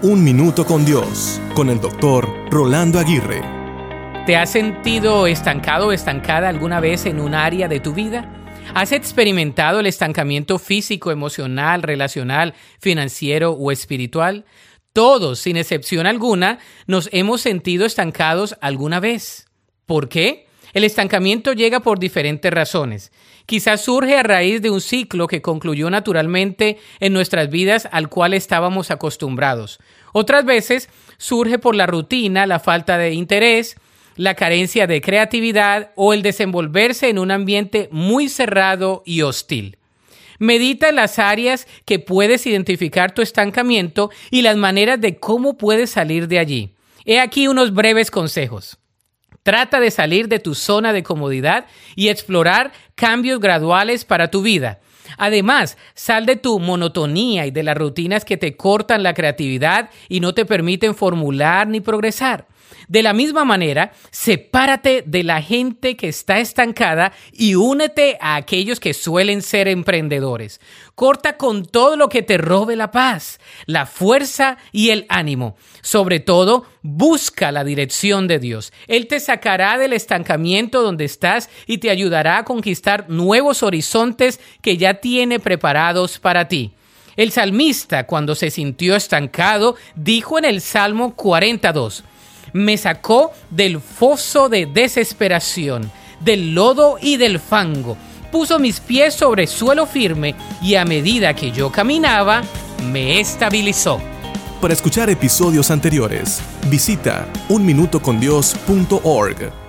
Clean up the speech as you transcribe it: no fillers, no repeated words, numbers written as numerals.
Un Minuto con Dios, con el doctor Rolando Aguirre. ¿Te has sentido estancado o estancada alguna vez en un área de tu vida? ¿Has experimentado el estancamiento físico, emocional, relacional, financiero o espiritual? Todos, sin excepción alguna, nos hemos sentido estancados alguna vez. ¿Por qué? El estancamiento llega por diferentes razones. Quizás surge a raíz de un ciclo que concluyó naturalmente en nuestras vidas al cual estábamos acostumbrados. Otras veces surge por la rutina, la falta de interés, la carencia de creatividad o el desenvolverse en un ambiente muy cerrado y hostil. Medita en las áreas que puedes identificar tu estancamiento y las maneras de cómo puedes salir de allí. He aquí unos breves consejos. Trata de salir de tu zona de comodidad y explorar cambios graduales para tu vida. Además, sal de tu monotonía y de las rutinas que te cortan la creatividad y no te permiten formular ni progresar. De la misma manera, sepárate de la gente que está estancada y únete a aquellos que suelen ser emprendedores. Corta con todo lo que te robe la paz, la fuerza y el ánimo. Sobre todo, busca la dirección de Dios. Él te sacará del estancamiento donde estás y te ayudará a conquistar nuevos horizontes que ya tiene preparados para ti. El salmista, cuando se sintió estancado, dijo en el Salmo 42, me sacó del foso de desesperación, del lodo y del fango. Puso mis pies sobre suelo firme y a medida que yo caminaba, me estabilizó. Para escuchar episodios anteriores, visita unminutocondios.org.